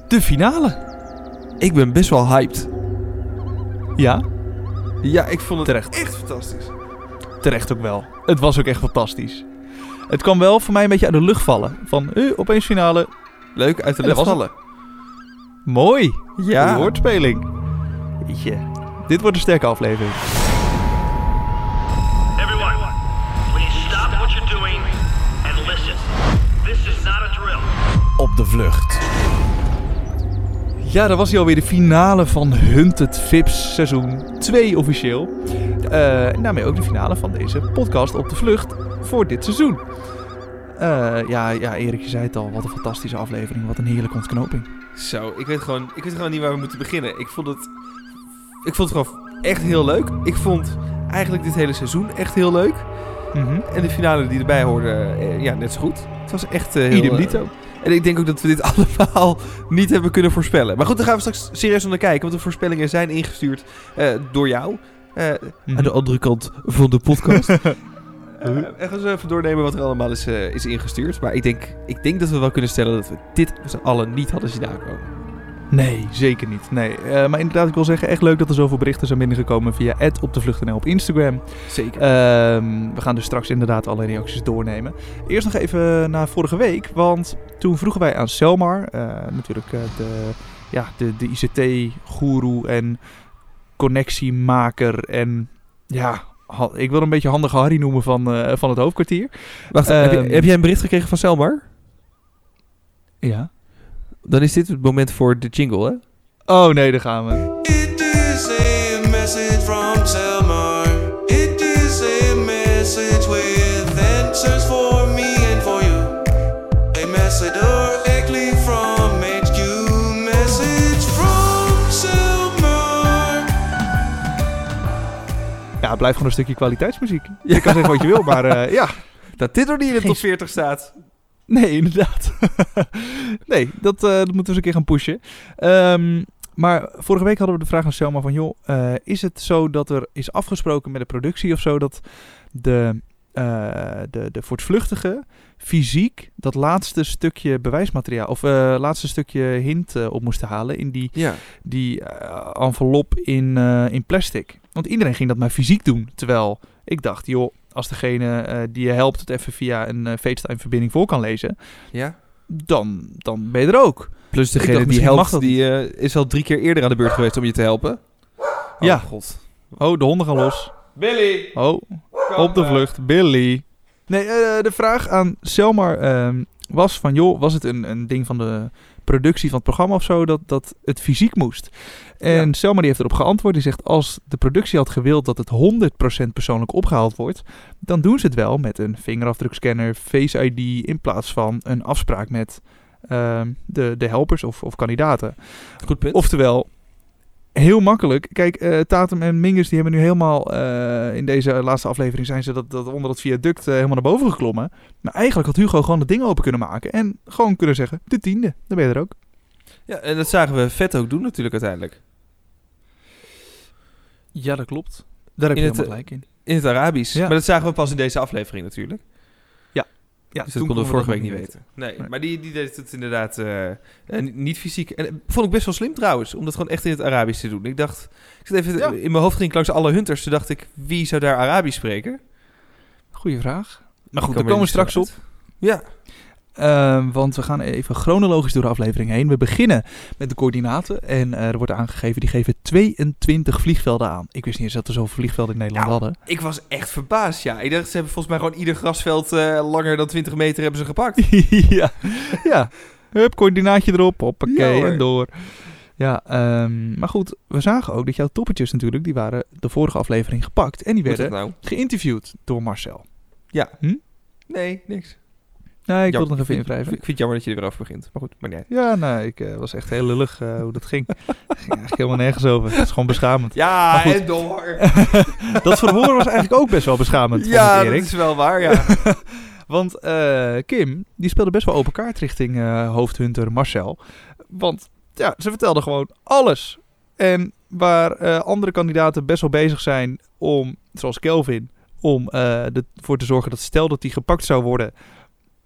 De finale. Ik ben best wel hyped. Ja, Ja, ik vond het terecht. echt fantastisch. Terecht ook wel. Het was ook echt fantastisch. Het kwam wel voor mij een beetje uit de lucht vallen. Van, opeens finale. Leuk, uit de En lucht dat was vallen. Mooi. Ja. Goeie woordspeling. Jeetje. Dit wordt een sterke aflevering. Everyone, please stop what you're doing and listen. This is not a drill. Op de vlucht. Ja, dat was hij alweer, de finale van Hunted Vips seizoen 2 officieel. En daarmee ook de finale van deze podcast Op de Vlucht voor dit seizoen. Ja, Erik, je zei het al. Wat een fantastische aflevering. Wat een heerlijke ontknoping. Zo, ik weet gewoon niet waar we moeten beginnen. Ik vond het gewoon echt heel leuk. Ik vond eigenlijk dit hele seizoen echt heel leuk. En de finale die erbij hoorde, net zo goed. Het was echt heel... Idem dito. En ik denk ook dat we dit allemaal niet hebben kunnen voorspellen. Maar goed, daar gaan we straks serieus naar kijken. Want de voorspellingen zijn ingestuurd door jou. Aan de andere kant van de podcast. En gaan ze even doornemen wat er allemaal is ingestuurd. Maar ik denk dat we wel kunnen stellen dat we dit met z'n allen niet hadden zien aankomen. Nee, zeker niet. Nee. Maar inderdaad, ik wil zeggen, echt leuk dat er zoveel berichten zijn binnengekomen via @opdevlucht.nl op Instagram. Zeker. We gaan dus straks inderdaad alle reacties doornemen. Eerst nog even naar vorige week, want toen vroegen wij aan Selmar, natuurlijk de ICT-goeroe en connectiemaker en ja, ik wil een beetje handige Harry noemen van het hoofdkwartier. Wacht, heb jij een bericht gekregen van Selmar? Ja. Dan is dit het moment voor de jingle, hè? Oh nee, daar gaan we. It is a message from Selmar. It is a message with answers for me and for you. A message directly from HQ. Message from Selmar. Ja, blijf gewoon een stukje kwaliteitsmuziek. Je kan zeggen wat je wil, maar ja. Dat dit nog niet in de top 40 staat. Nee, inderdaad. Nee, dat moeten we eens een keer gaan pushen. Maar vorige week hadden we de vraag aan Selma van... joh, is het zo dat er is afgesproken met de productie of zo... dat de voortvluchtige fysiek dat laatste stukje bewijsmateriaal... of laatste stukje hint op moesten halen in die envelop in plastic. Want iedereen ging dat maar fysiek doen. Terwijl ik dacht, joh... Als degene die je helpt het even via een FaceTime-verbinding voor kan lezen... Ja. Dan ben je er ook. Plus degene die helpt, die is al 3 keer eerder aan de beurt geweest om je te helpen. Ja. Oh, god. Oh, de honden gaan los. Billy! Oh, op de vlucht. Billy. Nee, de vraag aan Selmar was van... joh, was het een ding van de productie van het programma of zo... dat het fysiek moest? En Selmar die heeft erop geantwoord. Die zegt, als de productie had gewild dat het 100% persoonlijk opgehaald wordt... dan doen ze het wel met een vingerafdrukscanner, Face ID... in plaats van een afspraak met de helpers of kandidaten. Goed punt. Oftewel... Heel makkelijk. Kijk, Tatum en Mingus die hebben nu helemaal... in deze laatste aflevering zijn ze dat onder dat viaduct helemaal naar boven geklommen. Maar eigenlijk had Hugo gewoon het ding open kunnen maken. En gewoon kunnen zeggen, de 10e. Dan ben je er ook. Ja, en dat zagen we vet ook doen natuurlijk uiteindelijk. Ja, dat klopt. Daar heb je helemaal gelijk in. In het Arabisch. Ja. Maar dat zagen we pas in deze aflevering natuurlijk. Ja, Dus dat konden we vorige week niet weten. Nee, maar die deed het inderdaad niet fysiek. En vond ik best wel slim trouwens, om dat gewoon echt in het Arabisch te doen. Ik dacht, in mijn hoofd ging ik langs alle hunters. Toen dacht ik, wie zou daar Arabisch spreken? Goeie vraag. Maar goed, daar daar komen we straks op. Ja. Want we gaan even chronologisch door de aflevering heen. We beginnen met de coördinaten. En er wordt aangegeven, die geven 22 vliegvelden aan. Ik wist niet eens dat er zoveel vliegvelden in Nederland hadden. Ik was echt verbaasd, ja. Ik dacht, ze hebben volgens mij gewoon ieder grasveld langer dan 20 meter hebben ze gepakt. ja. Hup, coördinaatje erop. Hoppakee, Ja, en door. Ja, maar goed, we zagen ook dat jouw toppetjes natuurlijk, die waren de vorige aflevering gepakt. En die Hoe is werden dat nou? geïnterviewd door Marcel. Ja. Hm? Nee, niks. Nee, ik wil het nog even invrijven. Ik vind het jammer dat je er weer over begint. Maar goed, maar niet. Ja, nee, ik was echt heel lullig hoe dat ging. Het ging eigenlijk helemaal nergens over. Het is gewoon beschamend. Ja, goed. en door. Dat verhoor was eigenlijk ook best wel beschamend, vond Ja, ik, dat Erik. is wel waar, ja. Want Kim, die speelde best wel open kaart richting hoofdhunter Marcel. Want ja, ze vertelde gewoon alles. En waar andere kandidaten best wel bezig zijn om, zoals Kelvin, om ervoor te zorgen dat stel dat hij gepakt zou worden...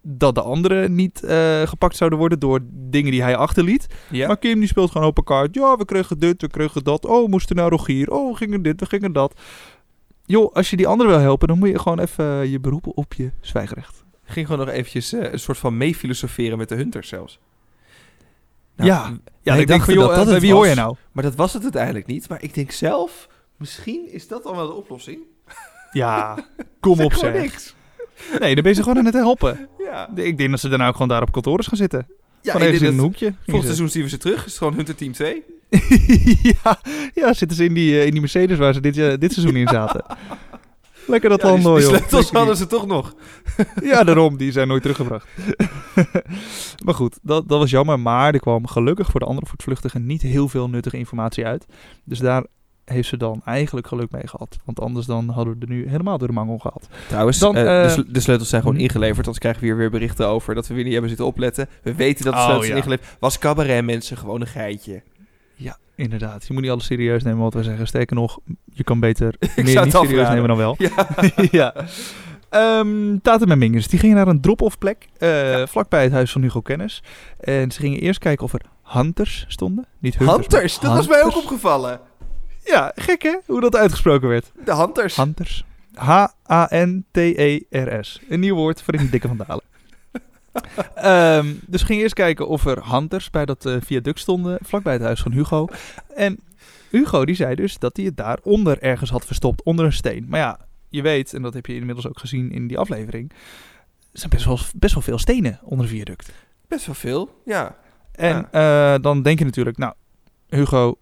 dat de anderen niet gepakt zouden worden door dingen die hij achterliet. Ja. Maar Kim die speelt gewoon open kaart. Ja, we kregen dit, we kregen dat. Oh, we moesten naar Rogier. Oh, we gingen dit, we gingen dat. Joh, als je die anderen wil helpen, dan moet je gewoon even je beroepen op je zwijgrecht. Ging gewoon nog eventjes een soort van meefilosoferen met de Hunters zelfs. Nou, Ja, ik ik dacht dacht van, joh, dat bij het wie was. hoor je nou? Maar dat was het uiteindelijk niet. Maar ik denk zelf, misschien is dat al wel de oplossing. Ja, kom op Gewoon zeg. niks. Nee, dan ben je ze gewoon aan het helpen. Ja. Ik denk dat ze daarna ook gewoon daar op kantoor is gaan zitten. Ja, Gewoon ergens in een dat hoekje. volgend seizoen zien we ze terug. Is het gewoon Hunter Team 2? ja, zitten ze in die Mercedes waar ze dit seizoen in zaten. Lekker dat Ja, die handel, joh. sleutels Lekker hadden ze toch nog. Ja, daarom. Die zijn nooit teruggebracht. Maar goed, dat was jammer. Maar er kwam gelukkig voor de andere voortvluchtigen niet heel veel nuttige informatie uit. Dus daar heeft ze dan eigenlijk geluk mee gehad. Want anders dan hadden we er nu helemaal door de mangel gehad. Trouwens, Dan, de sleutels zijn gewoon mhm. ingeleverd. Anders krijgen we hier weer berichten over dat we weer niet hebben zitten opletten. We weten dat de Oh, sleutels ja. zijn ingeleverd. Was cabaret, mensen, gewoon een geitje. Ja, inderdaad. Je moet niet alles serieus nemen wat we zeggen. Sterker nog, je kan beter zou meer het niet serieus afraden. nemen dan wel. Ja. ja. Tatum en Mingus, die gingen naar een drop-off plek. Vlakbij het huis van Hugo Kennis. En ze gingen eerst kijken of er hunters stonden. Niet hunters, Hunters, maar dat was mij ook hunters. opgevallen. Ja, gek hè? Hoe dat uitgesproken werd. De Hunters. Hunters. H-A-N-T-E-R-S. Een nieuw woord voor in de dikke van Dalen. Dus we gingen eerst kijken of er hunters bij dat viaduct stonden. Vlakbij het huis van Hugo. En Hugo die zei dus dat hij het daaronder ergens had verstopt. Onder een steen. Maar ja, je weet, en dat heb je inmiddels ook gezien in die aflevering. Er zijn best wel veel stenen onder een viaduct. Best wel veel, ja. En dan denk je natuurlijk, nou, Hugo,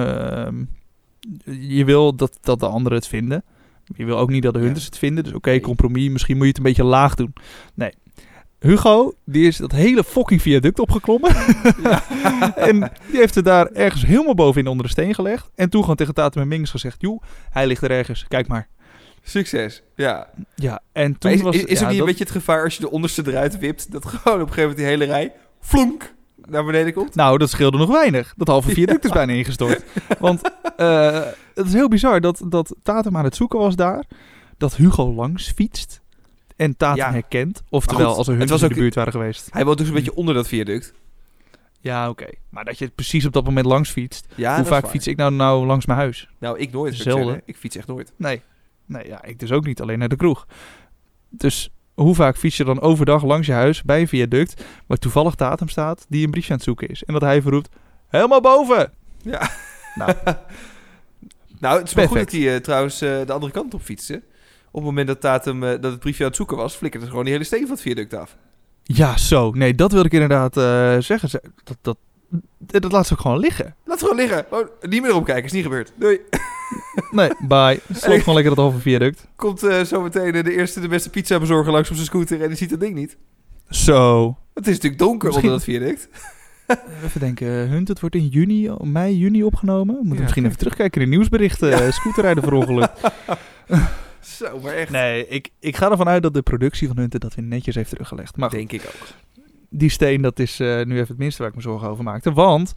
je wil dat de anderen het vinden. Je wil ook niet dat de hunters het vinden. Dus oké, Nee. compromis. Misschien moet je het een beetje laag doen. Nee. Hugo, die is dat hele fucking viaduct opgeklommen. En die heeft het daar ergens helemaal bovenin onder de steen gelegd. En toen gewoon tegen Tatum en Mingus gezegd, joh, hij ligt er ergens. Kijk maar. Succes, ja. Ja, en toen Maar was... is er niet dat- een beetje het gevaar als je de onderste eruit wipt, dat gewoon op een gegeven moment die hele rij, flonk, naar beneden komt? Nou, dat scheelde nog weinig. Dat halve viaduct is bijna ingestort. Want het is heel bizar dat Tatum aan het zoeken was daar. Dat Hugo langs fietst. En Tatum Ja. herkent. Oftewel, goed, als er het hunters was in de ook- buurt waren geweest. Hij woont dus een beetje onder dat viaduct. Ja, oké. Maar dat je precies op dat moment langs fietst. Ja, Hoe dat is vaak waar. fiets ik nou langs mijn huis? Nou, ik nooit. Zelden. Zelden. Ik fiets echt nooit. Nee, ja, ik dus ook niet. Alleen naar de kroeg. Dus hoe vaak fiets je dan overdag langs je huis bij een viaduct waar toevallig Tatum staat die een briefje aan het zoeken is. En dat hij verroept, helemaal boven! Ja. Nou. Nou, het is wel goed Perfect. dat hij trouwens de andere kant op fietste. Op het moment dat Tatum dat het briefje aan het zoeken was, flikkerde ze gewoon die hele steen van het viaduct af. Ja, zo. Nee, dat wil ik inderdaad zeggen. Dat laat ze ook gewoon liggen. Laat het gewoon liggen. Oh, niet meer omkijken, is niet gebeurd. Doei. Nee, bye. Sloot gewoon lekker dat halve viaduct. Komt zometeen de beste pizza bezorger langs op zijn scooter en die ziet dat ding niet. Zo. Het is natuurlijk donker Misschien- onder dat viaduct. Even denken. Hunt, het wordt in mei, juni opgenomen. We moeten Ja, misschien kijk. even terugkijken in de nieuwsberichten. Scooterrijden voor ongeluk. Zo, maar echt. Nee, ik ga ervan uit dat de productie van Hunter dat weer netjes heeft teruggelegd. Maar goed, Denk ik ook. die steen, dat is nu even het minste waar ik me zorgen over maakte. Want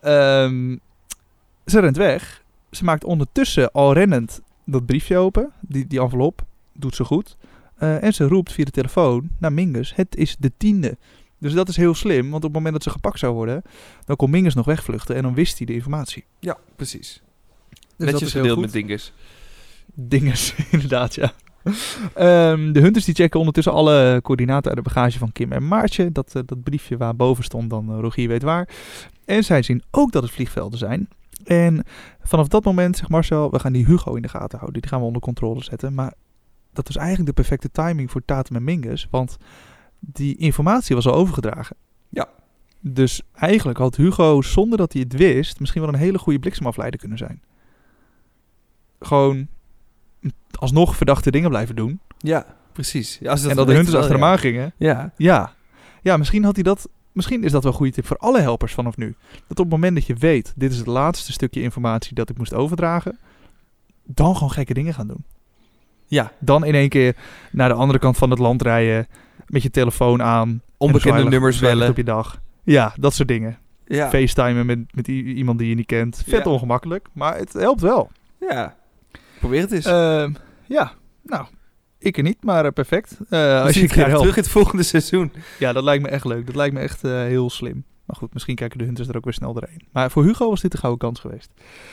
ze rent weg. Ze maakt ondertussen al rennend dat briefje open. Die envelop doet ze goed. En ze roept via de telefoon naar Mingus. Het is de 10e. Dus dat is heel slim. Want op het moment dat ze gepakt zou worden, dan kon Mingus nog wegvluchten. En dan wist hij de informatie. Ja, precies. Dus dat Netjes is heel gedeeld goed. met dinges. Dinges, inderdaad, ja. De hunters die checken ondertussen alle coördinaten uit de bagage van Kim en Maartje. Dat briefje waar boven stond dan Rogier weet waar. En zij zien ook dat het vliegvelden zijn. En vanaf dat moment zegt Marcel, we gaan die Hugo in de gaten houden. Die gaan we onder controle zetten. Maar dat was eigenlijk de perfecte timing voor Tatum en Mingus. Want die informatie was al overgedragen. Ja. Dus eigenlijk had Hugo, zonder dat hij het wist, misschien wel een hele goede bliksemafleider kunnen zijn. Gewoon alsnog verdachte dingen blijven doen. Ja, precies. Ja, als En dat de hunters achter hem aan gingen. Ja. Ja, misschien had hij dat. Misschien is dat wel een goede tip voor alle helpers vanaf nu. Dat op het moment dat je weet, dit is het laatste stukje informatie dat ik moest overdragen, dan gewoon gekke dingen gaan doen. Ja. Dan in één keer naar de andere kant van het land rijden, met je telefoon aan. Onbekende en nummers zwaaien bellen. op je dag. Ja, dat soort dingen. Ja. FaceTimen met iemand die je niet kent. Vet Ja. ongemakkelijk, maar het helpt wel. Ja. Probeer het eens. Ja, nou. Ik er niet, maar perfect. Als Als je je graag helpt. terug in het volgende seizoen. Ja, dat lijkt me echt leuk. Dat lijkt me echt heel slim. Maar goed, misschien kijken de Hunters er ook weer snel doorheen. Maar voor Hugo was dit een gouden kans geweest.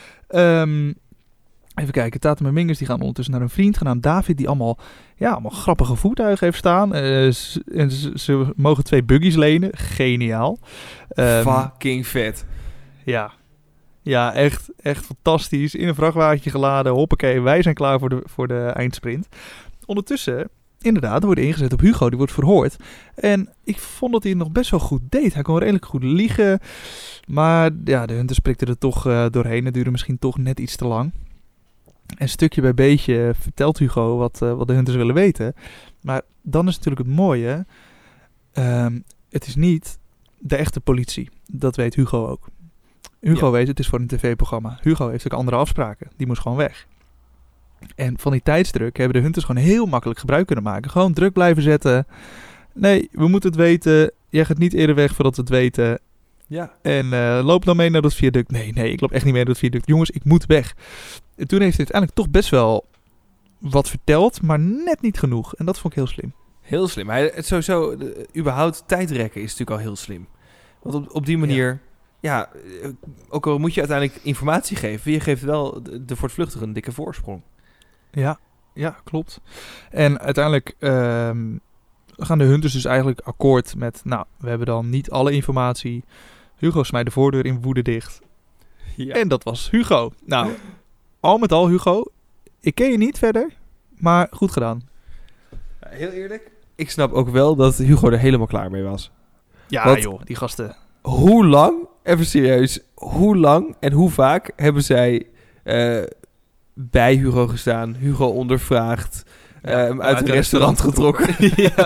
Even kijken. Tatum en Mingus die gaan ondertussen naar een vriend genaamd David. Die allemaal grappige voertuigen heeft staan. Ze mogen 2 buggies lenen. Geniaal. Fucking vet. Ja, echt fantastisch. In een vrachtwagentje geladen. Hoppakee, wij zijn klaar voor de eindsprint. Ondertussen, inderdaad, wordt ingezet op Hugo. Die wordt verhoord. En ik vond dat hij het nog best wel goed deed. Hij kon redelijk goed liegen. Maar ja, de Hunters prikten er toch doorheen. Het duurde misschien toch net iets te lang. En stukje bij beetje vertelt Hugo wat de Hunters willen weten. Maar dan is natuurlijk het mooie. Het is niet de echte politie. Dat weet Hugo ook. Hugo weet, het is voor een tv-programma. Hugo heeft ook andere afspraken. Die moest gewoon weg. En van die tijdsdruk hebben de Hunters gewoon heel makkelijk gebruik kunnen maken. Gewoon druk blijven zetten. Nee, we moeten het weten. Jij gaat niet eerder weg voordat we het weten. Ja. En loop dan mee naar dat viaduct. Nee, ik loop echt niet mee naar dat viaduct. Jongens, ik moet weg. En toen heeft hij uiteindelijk toch best wel wat verteld, maar net niet genoeg. En dat vond ik heel slim. Heel slim. Het sowieso, überhaupt tijdrekken is natuurlijk al heel slim. Want op die manier, ook al moet je uiteindelijk informatie geven, je geeft wel de voortvluchtige een dikke voorsprong. Ja, klopt. En uiteindelijk gaan de Hunters dus eigenlijk akkoord met, we hebben dan niet alle informatie. Hugo smijt de voordeur in woede dicht. Ja. En dat was Hugo. Nou, al met al Hugo, ik ken je niet verder, maar goed gedaan. Heel eerlijk, ik snap ook wel dat Hugo er helemaal klaar mee was. Ja, want joh, die gasten. Hoe lang, even serieus, hoe lang en hoe vaak hebben zij bij Hugo gestaan, Hugo ondervraagd, uit het restaurant getrokken.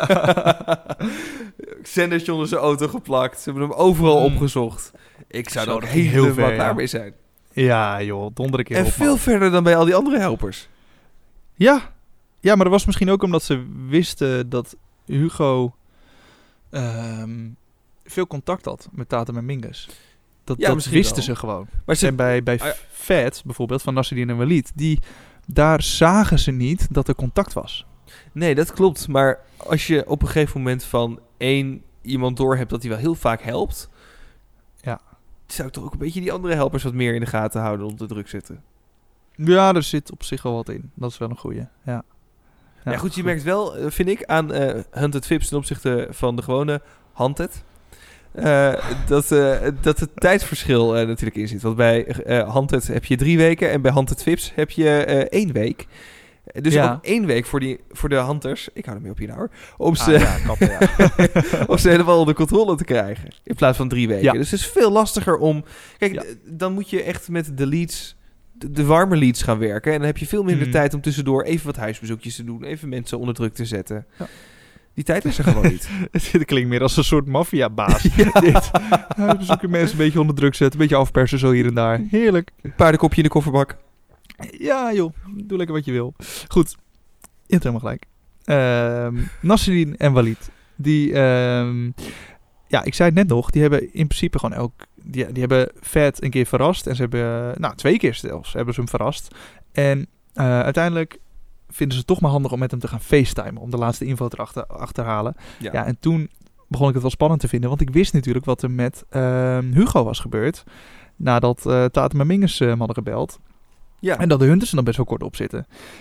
Zendertje onder zijn auto geplakt. Ze hebben hem overal opgezocht. Ik zou er ook heel veel klaar mee zijn. Ja, joh, donder een keer en op, veel verder dan bij al die andere helpers. Ja, maar dat was misschien ook omdat ze wisten dat Hugo veel contact had met Tatum en Mingus. Dat wisten wel. Ze gewoon. Maar en bij Fat, bijvoorbeeld, van Nasreddin en Walid, daar zagen ze niet dat er contact was. Nee, dat klopt. Maar als je op een gegeven moment van één iemand door hebt dat hij wel heel vaak helpt, zou ik toch ook een beetje die andere helpers wat meer in de gaten houden onder druk zitten. Ja, er zit op zich wel wat in. Dat is wel een goeie. Ja, goed, je merkt wel, vind ik, aan Hunted Vips ten opzichte van de gewone Hunted, dat het tijdsverschil natuurlijk in zit. Want bij Hunted heb je 3 weken en bij Hunted Vips heb je 1 week. Dus ook 1 week voor de hunters, ik hou ermee op hier nou hoor, om ze helemaal onder controle te krijgen. In plaats van 3 weken. Ja. Dus het is veel lastiger om... Kijk, dan moet je echt met de leads, de warme leads gaan werken. En dan heb je veel minder tijd om tussendoor even wat huisbezoekjes te doen. Even mensen onder druk te zetten. Ja. Die tijd is er gewoon niet. Het klinkt meer als een soort maffiabaas. Huisbezoeken mensen een beetje onder druk zetten. Een beetje afpersen zo hier en daar. Heerlijk. Paardenkopje in de kofferbak. Ja joh, doe lekker wat je wil. Goed, je hebt helemaal gelijk. Nasreddin en Walid, die, ik zei het net nog, die hebben in principe gewoon die hebben Fat een keer verrast en ze hebben, 2 keer zelfs, hebben ze hem verrast. En uiteindelijk vinden ze het toch maar handig om met hem te gaan facetimen, om de laatste info te achterhalen. Ja, en toen begon ik het wel spannend te vinden, want ik wist natuurlijk wat er met Hugo was gebeurd, nadat Tatum en Mingus hem hadden gebeld. Ja. En dat de Hunters er dan best wel kort op zitten.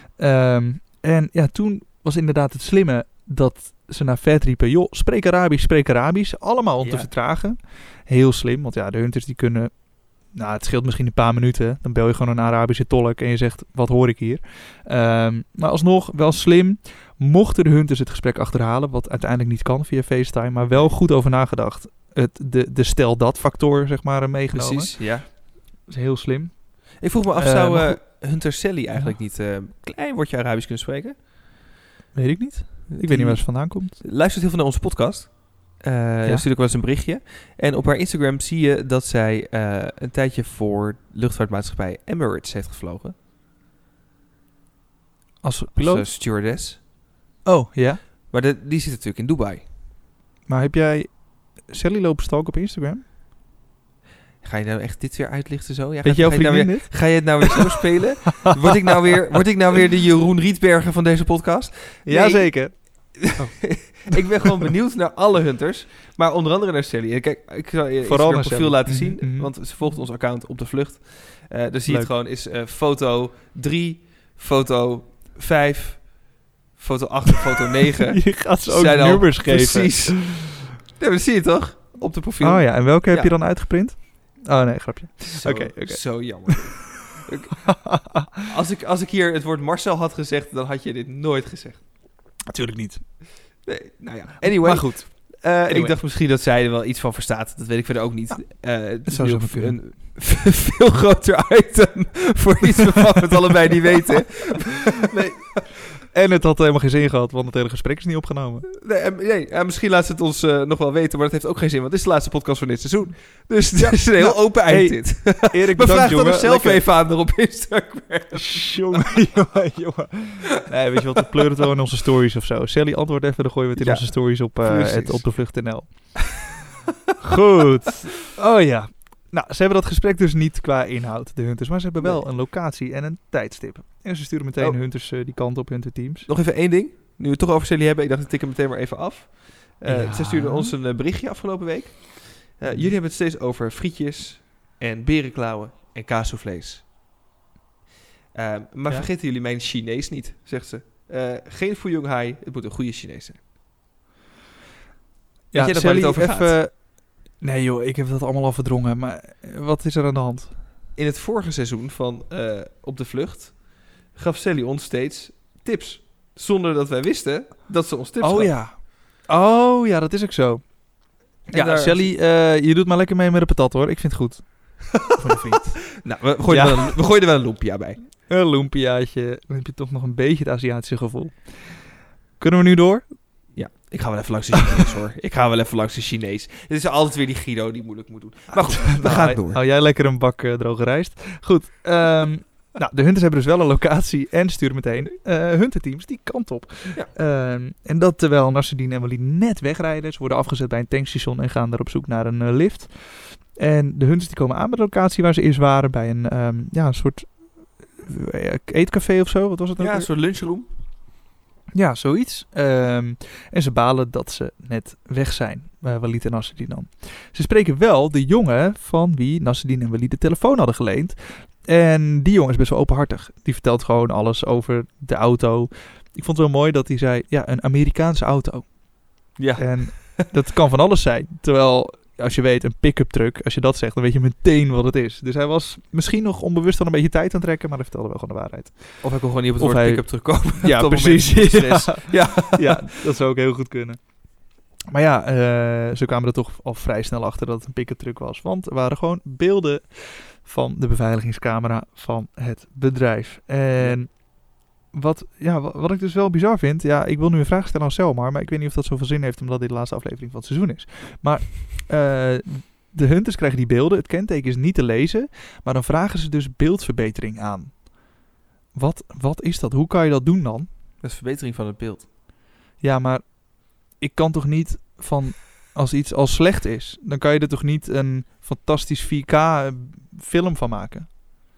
Toen was inderdaad het slimme dat ze naar Fat riepen, joh, spreek Arabisch, allemaal om te vertragen. Heel slim, want de Hunters die kunnen, het scheelt misschien een paar minuten, dan bel je gewoon een Arabische tolk en je zegt, wat hoor ik hier? Maar alsnog, wel slim, mochten de Hunters het gesprek achterhalen, wat uiteindelijk niet kan via FaceTime, maar wel goed over nagedacht, de stel dat factor, zeg maar, meegenomen. Precies, ja. Dat is heel slim. Ik vroeg me af, zou Hunter Sally eigenlijk niet klein woordje Arabisch kunnen spreken? Weet ik niet. Ik weet niet waar ze vandaan komt. Luistert heel veel naar onze podcast. Stuurt ook wel eens een berichtje. En op haar Instagram zie je dat zij een tijdje voor luchtvaartmaatschappij Emirates heeft gevlogen. Als piloot? Als stewardess. Oh, ja. Maar die zit natuurlijk in Dubai. Maar heb jij Sally lopen stalken op Instagram? Ga je nou echt dit weer uitlichten zo? Ja, Weet jouw ga je het nou vriendin weer, dit? ga je het nou weer zo spelen? Word ik nou weer de Jeroen Rietbergen van deze podcast? Jazeker. Ik ben gewoon benieuwd naar alle hunters. Maar onder andere naar Sally. En kijk, ik zal je Vooral een naar profiel Sally. laten zien. Mhm. Want ze volgt ons account op de vlucht. Dus zie je het Leuk. gewoon. Is foto 3, foto 5, foto 8 en foto 9. Je gaat ze ook Zijn al nummers geven. Precies. Nee, maar dat zie je toch? Op de profiel. Oh ja, en welke heb Ja. je dan uitgeprint? Oh nee, grapje. Zo, Oké. zo jammer. Als ik hier het woord Marcel had gezegd, dan had je dit nooit gezegd. Natuurlijk niet. Nee, nou ja. Anyway. Maar goed. Ik dacht misschien dat zij er wel iets van verstaat. Dat weet ik verder ook niet. Het is zou nu zo ook kunnen. een veel groter item voor iets waarvan we het allebei niet weten. Nee. En het had helemaal geen zin gehad, want het hele gesprek is niet opgenomen. Nee, misschien laat ze het ons nog wel weten, maar dat heeft ook geen zin, want het is de laatste podcast van dit seizoen. Dus het is een heel open eind dit. Erik, Maar vraag dan jongen. nog zelf even aan erop Instagram. Jongen. Nee, weet je wat, we pleuren het wel in onze stories of zo. Sally, antwoord even, dan gooien we het in Ja, onze stories op precies. op de vlucht.nl. Goed. Oh ja. Nou, ze hebben dat gesprek dus niet qua inhoud, de hunters. Maar ze hebben wel een locatie en een tijdstip. En ze sturen meteen hunters die kant op hunterteams. Nog even één ding. Nu we het toch over Sally hebben, ik dacht ik tik hem meteen maar even af. Ja. Zij stuurde ons een berichtje afgelopen week. Jullie hebben het steeds over frietjes en berenklauwen en kaassoufflés. Maar vergeten jullie mijn Chinees niet, zegt ze. Geen Fuyong Hai, het moet een goede Chinees zijn. Weet jij nog waar het over gaat? Nee joh, ik heb dat allemaal al verdrongen. Maar wat is er aan de hand? In het vorige seizoen van Op de Vlucht gaf Sally ons steeds tips. Zonder dat wij wisten dat ze ons tips gaf. Ja. Oh ja, dat is ook zo. En Ja, daar- Sally, je doet maar lekker mee met de patat hoor. Ik vind het goed. Voor de vriend. Nou, we gooien er wel een lumpia bij. Een lumpiaatje. Dan heb je toch nog een beetje het Aziatische gevoel. Kunnen we nu door? Ja, ik ga wel even langs de Chinees hoor. Ik ga wel even langs de Chinees. Het is altijd weer die Guido die moeilijk moet doen. Maar goed, we gaan door. Hou jij lekker een bak droge rijst. Goed. Nou, de hunters hebben dus wel een locatie en sturen meteen hunterteams die kant op. Ja. En dat terwijl Nasreddin en Walid net wegrijden. Ze worden afgezet bij een tankstation en gaan daar op zoek naar een lift. En de hunters die komen aan bij de locatie waar ze eerst waren. Bij een soort eetcafé of zo. Wat was het nou? Ja, een soort lunchroom. Ja, zoiets. En ze balen dat ze net weg zijn, Walid en Nasreddin dan. Ze spreken wel de jongen van wie Nasreddin en Walid de telefoon hadden geleend. En die jongen is best wel openhartig. Die vertelt gewoon alles over de auto. Ik vond het wel mooi dat hij zei, ja, een Amerikaanse auto. Ja. En dat kan van alles zijn. Terwijl, als je weet, een pick-up truck, als je dat zegt, dan weet je meteen wat het is. Dus hij was misschien nog onbewust al een beetje tijd aan het trekken, maar hij vertelde wel gewoon de waarheid. Of hij kon gewoon niet op het Of woord hij- pick-up terugkomen. Ja, Op het precies. moment van de stress. Ja. Ja, dat zou ook heel goed kunnen. Maar ja, ze kwamen er toch al vrij snel achter dat het een pick-up truck was. Want er waren gewoon beelden van de beveiligingscamera van het bedrijf. En wat ik dus wel bizar vind... Ja, ik wil nu een vraag stellen aan Selmar, maar ik weet niet of dat zoveel zin heeft omdat dit de laatste aflevering van het seizoen is. Maar de hunters krijgen die beelden. Het kenteken is niet te lezen, maar dan vragen ze dus beeldverbetering aan. Wat is dat? Hoe kan je dat doen dan? Dat is verbetering van het beeld. Ja, maar ik kan toch niet van... Als iets al slecht is, dan kan je er toch niet een fantastisch 4K film van maken?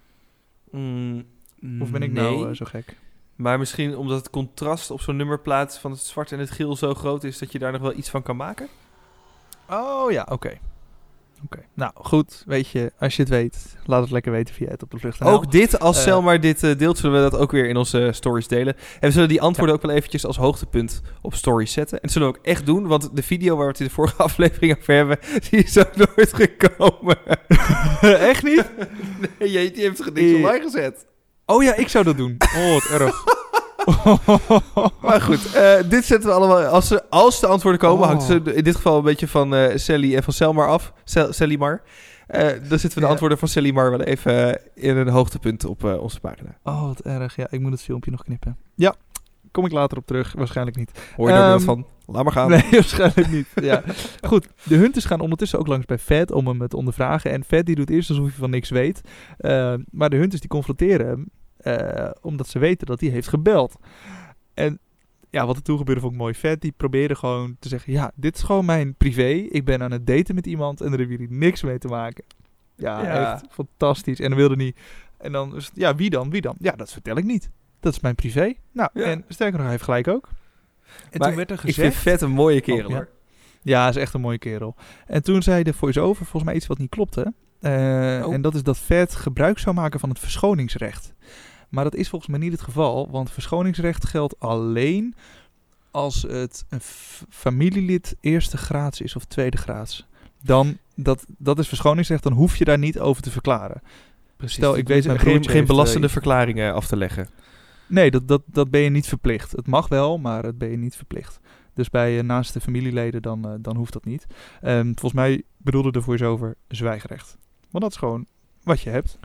Of ben ik nou zo gek? Maar misschien omdat het contrast op zo'n nummerplaat van het zwart en het geel zo groot is dat je daar nog wel iets van kan maken? Oh ja, oké. Nou, goed. Weet je, als je het weet, laat het lekker weten via het op de vlucht. Ook dit, als Selmar dit deelt, zullen we dat ook weer in onze stories delen. En we zullen die antwoorden ook wel eventjes als hoogtepunt op stories zetten. En dat zullen we ook echt doen, want de video waar we het in de vorige aflevering over hebben, die is ook nooit gekomen. Echt niet? Nee, die heeft niks online gezet. Oh ja, ik zou dat doen. Oh, wat erg. Maar goed, dit zetten we allemaal... Als de antwoorden komen, Oh. hangt ze in dit geval een beetje van Sally en van Selmar af. Sally-mar. Dan zetten we de Ja. antwoorden van Sally-mar wel even in een hoogtepunt op onze pagina. Oh, wat erg. Ja, ik moet het filmpje nog knippen. Ja, kom ik later op terug. Waarschijnlijk niet. Hoor je daar wat van? Laat maar gaan. Nee, waarschijnlijk niet. Ja. Goed, de hunters gaan ondertussen ook langs bij Fed om hem te ondervragen. En Fed die doet eerst alsof hij van niks weet. Maar de hunters die confronteren hem omdat ze weten dat hij heeft gebeld. En ja, wat er toen gebeurde vond ik mooi. Fed die probeerde gewoon te zeggen, ja, dit is gewoon mijn privé. Ik ben aan het daten met iemand en daar hebben jullie niks mee te maken. Ja, echt fantastisch. En dan wilde niet. En dan, wie dan? Ja, dat vertel ik niet. Dat is mijn privé. Nou, en sterker nog, hij heeft gelijk ook. En maar toen werd er gezegd... Ik vind vet een mooie kerel, ja. hoor. Ja, hij is echt een mooie kerel. En toen zei de voice-over volgens mij iets wat niet klopte. En dat is dat Vet gebruik zou maken van het verschoningsrecht. Maar dat is volgens mij niet het geval. Want verschoningsrecht geldt alleen als het een familielid eerste graads is of tweede graads. Dan, dat is verschoningsrecht, dan hoef je daar niet over te verklaren. Precies. Stel, ik weet mijn broertje geen heeft, belastende verklaringen af te leggen. Nee, dat ben je niet verplicht. Het mag wel, maar dat ben je niet verplicht. Dus bij naaste familieleden dan hoeft dat niet. Volgens mij bedoelde de voice-over zwijgrecht. Want dat is gewoon wat je hebt.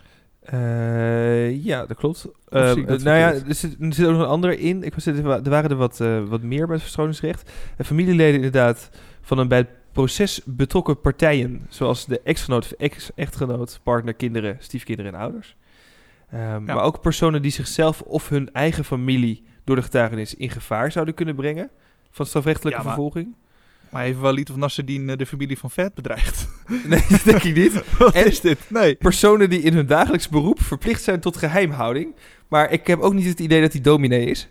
Ja, dat klopt. Er zit ook nog een andere in. Er waren er wat meer bij het verschoningsrecht. Familieleden inderdaad van een bij het proces betrokken partijen, zoals de echtgenoot, ex-echtgenoot, partner, kinderen, stiefkinderen en ouders. Maar ook personen die zichzelf of hun eigen familie door de getuigenis in gevaar zouden kunnen brengen van strafrechtelijke vervolging. Maar heeft Walid of Nasreddin de familie van Vet bedreigd? Nee, dat denk ik niet. Wat is dit? Nee. Personen die in hun dagelijks beroep verplicht zijn tot geheimhouding. Maar ik heb ook niet het idee dat hij dominee is.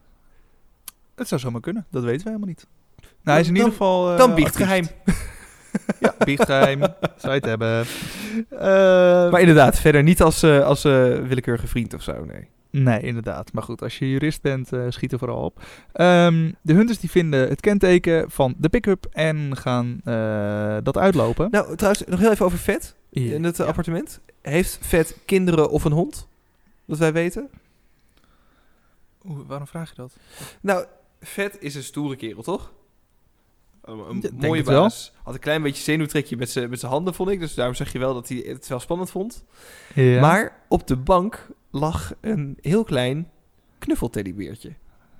Het zou zomaar kunnen. Dat weten we helemaal niet. Nou, hij is in ieder geval... dan biechtgeheim. Ja, biechtgeheim. Zou je het hebben. Maar inderdaad, verder niet als willekeurige vriend of zo, nee. Nee, inderdaad. Maar goed, als je jurist bent, schiet er vooral op. De hunters die vinden het kenteken van de pick-up en gaan dat uitlopen. Nou, trouwens, nog heel even over Vet in het appartement. Heeft Vet kinderen of een hond? Dat wij weten. Waarom vraag je dat? Nou, Vet is een stoere kerel, toch? Een denk mooie het wel. baas. Had een klein beetje zenuwtrekje met zijn handen, vond ik. Dus daarom zeg je wel dat hij het wel spannend vond. Ja. Maar op de bank lag een heel klein knuffelteddybeertje.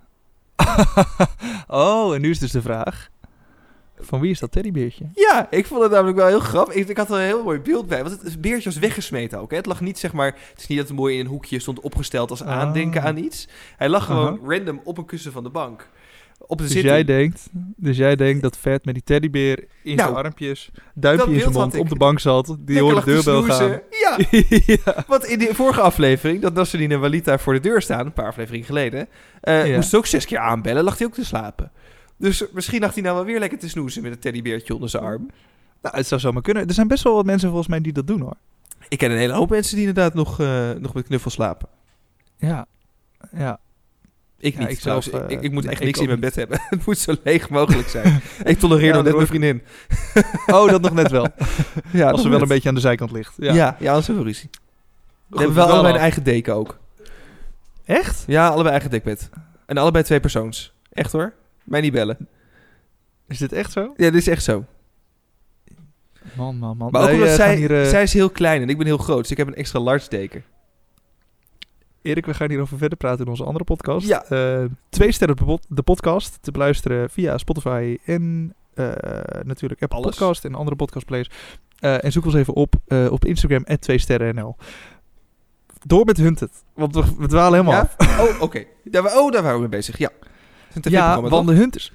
Oh, en nu is dus de vraag. Van wie is dat teddybeertje? Ja, ik vond het namelijk wel heel grappig. Ik had er een heel mooi beeld bij. Want het beertje was weggesmeten ook. Hè. Het lag niet, zeg maar... Het is niet dat het mooi in een hoekje stond opgesteld als aandenken aan iets. Hij lag gewoon random op een kussen van de bank. Op de zitting. Dus jij denkt dat Vet met die teddybeer in zijn armpjes, duimpje in zijn mond, op de bank zat. Die hoorde de deurbel gaan. Ja. Ja, want in de vorige aflevering, dat Nasreddin en Walid daar voor de deur staan, een paar afleveringen geleden, moest hij ook 6 keer aanbellen, lag hij ook te slapen. Dus misschien lag hij nou wel weer lekker te snoezen met een teddybeertje onder zijn arm. Nou, het zou zomaar kunnen. Er zijn best wel wat mensen volgens mij die dat doen, hoor. Ik ken een hele hoop mensen die inderdaad nog met knuffel slapen. Ja. Ik niet. Ik zelf, ik moet echt ik niks ook in mijn niet. bed hebben. Het moet zo leeg mogelijk zijn. Ik tolereer nog net mijn vriendin. Oh, dat nog net wel. Ja, als ze wel een beetje aan de zijkant ligt. Ja, anders hebben we ruzie. We hebben wel allebei een eigen deken ook. Echt? Ja, allebei eigen dekbed. En allebei 2 persoons. Echt hoor. Mij niet bellen. Is dit echt zo? Ja, dit is echt zo. Man. Maar ook omdat zij is heel klein en ik ben heel groot. Dus ik heb een extra large deken. Erik, we gaan hierover verder praten in onze andere podcast. Ja. 2 sterren op de podcast te beluisteren via Spotify en natuurlijk Apple Alles. Podcast en andere podcastplayers. En zoek ons even op Instagram @2sterrennl. Door met Hunted, want we dwalen helemaal af. Oh, oké. Daar waren we mee bezig, ja. Het is een Ja, TV-programma, want de Hunters...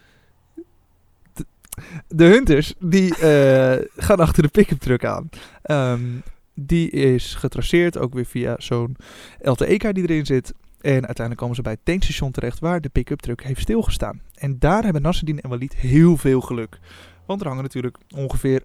De Hunters, die gaan achter de pick-up truck aan. Die is getraceerd, ook weer via zo'n LTE-kaart die erin zit. En uiteindelijk komen ze bij het tankstation terecht waar de pick-up truck heeft stilgestaan. En daar hebben Nasreddin en Walid heel veel geluk. Want er hangen natuurlijk ongeveer